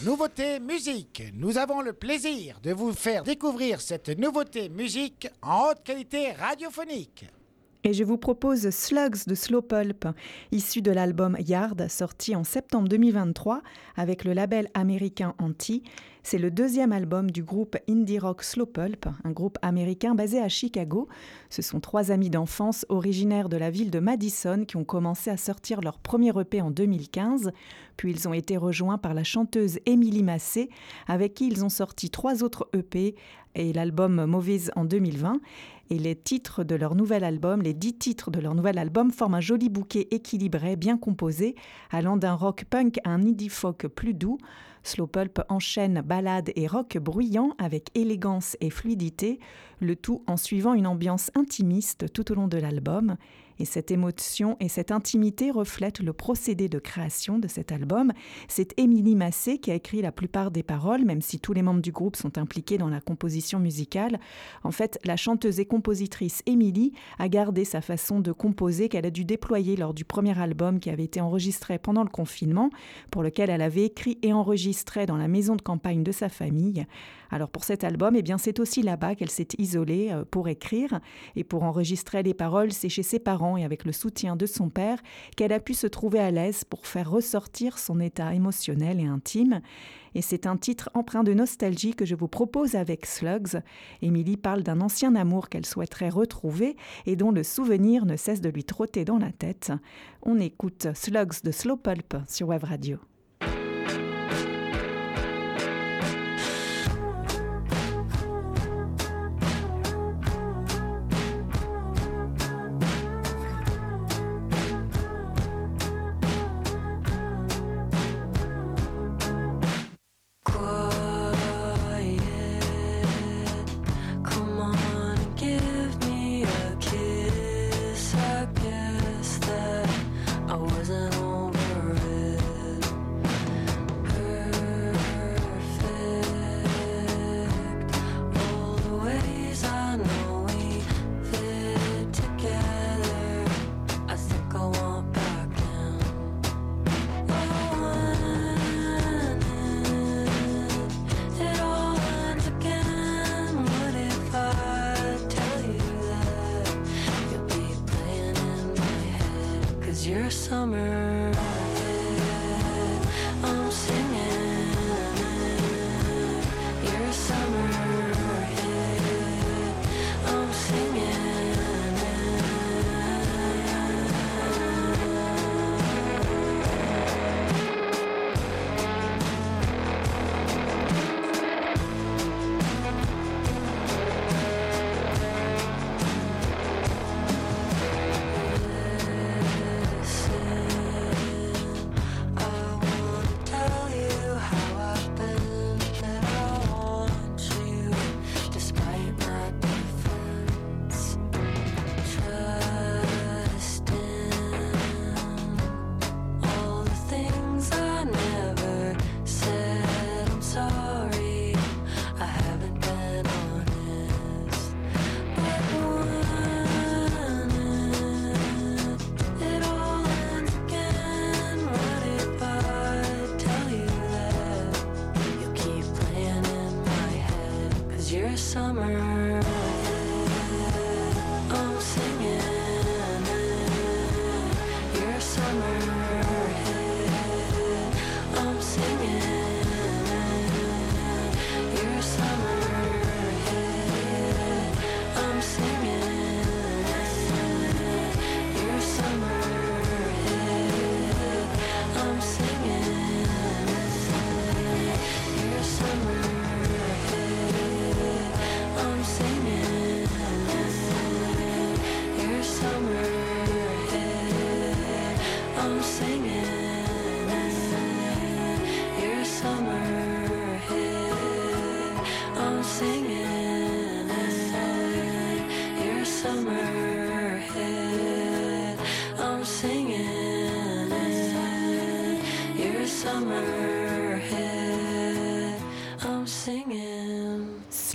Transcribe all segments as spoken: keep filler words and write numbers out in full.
Nouveauté musique. Nous avons le plaisir de vous faire découvrir cette nouveauté musique en haute qualité radiophonique. Et je vous propose Slugs de Slow Pulp, issu de l'album Yard, sorti en septembre deux mille vingt-trois avec le label américain Anti. C'est le deuxième album du groupe indie rock Slow Pulp, un groupe américain basé à Chicago. Ce sont trois amis d'enfance originaires de la ville de Madison qui ont commencé à sortir leur premier E P en deux mille quinze. Puis ils ont été rejoints par la chanteuse Émilie Massé, avec qui ils ont sorti trois autres E P et l'album Movies en deux mille vingt. Et les titres de leur nouvel album, les dix titres de leur nouvel album forment un joli bouquet équilibré, bien composé, allant d'un rock punk à un indie folk plus doux. Slow Pulp enchaîne ballades et rock bruyant avec élégance et fluidité, le tout en suivant une ambiance intimiste tout au long de l'album. Et cette émotion et cette intimité reflètent le procédé de création de cet album. C'est Émilie Massé qui a écrit la plupart des paroles, même si tous les membres du groupe sont impliqués dans la composition musicale. En fait, la chanteuse et compositrice Émilie a gardé sa façon de composer qu'elle a dû déployer lors du premier album qui avait été enregistré pendant le confinement, pour lequel elle avait écrit et enregistré dans la maison de campagne de sa famille. Alors pour cet album, eh bien, c'est aussi là-bas qu'elle s'est isolée pour écrire, et pour enregistrer les paroles, c'est chez ses parents et avec le soutien de son père qu'elle a pu se trouver à l'aise pour faire ressortir son état émotionnel et intime. Et c'est un titre empreint de nostalgie que je vous propose avec Slugs. Émilie parle d'un ancien amour qu'elle souhaiterait retrouver et dont le souvenir ne cesse de lui trotter dans la tête. On écoute Slugs de Slow Pulp sur Web Radio.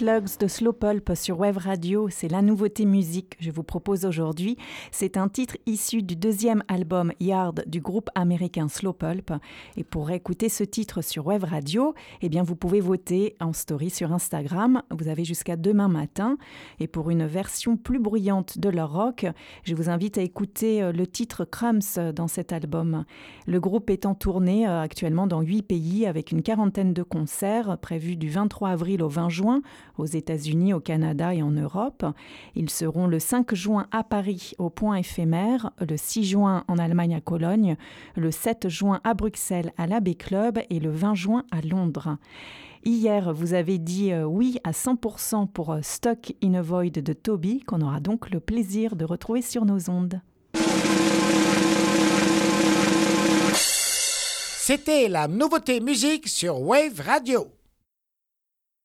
Slugs de Slow Pulp sur Wave Radio, c'est la nouveauté musique que je vous propose aujourd'hui. C'est un titre issu du deuxième album Yard du groupe américain Slow Pulp. Et pour écouter ce titre sur Wave Radio, eh bien vous pouvez voter en story sur Instagram. Vous avez jusqu'à demain matin. Et pour une version plus bruyante de leur rock, je vous invite à écouter le titre Crumbs dans cet album. Le groupe est en tournée actuellement dans huit pays avec une quarantaine de concerts prévus du vingt-trois avril au vingt juin aux États-Unis, au Canada et en Europe. Ils seront le cinq juin à Paris au Point éphémère, le six juin en Allemagne à Cologne, le sept juin à Bruxelles à l'Abbey Club et le vingt juin à Londres. Hier, vous avez dit euh, oui à cent pour cent pour euh, Stuck in a Void de Toby, qu'on aura donc le plaisir de retrouver sur nos ondes. C'était la nouveauté musique sur Wave Radio.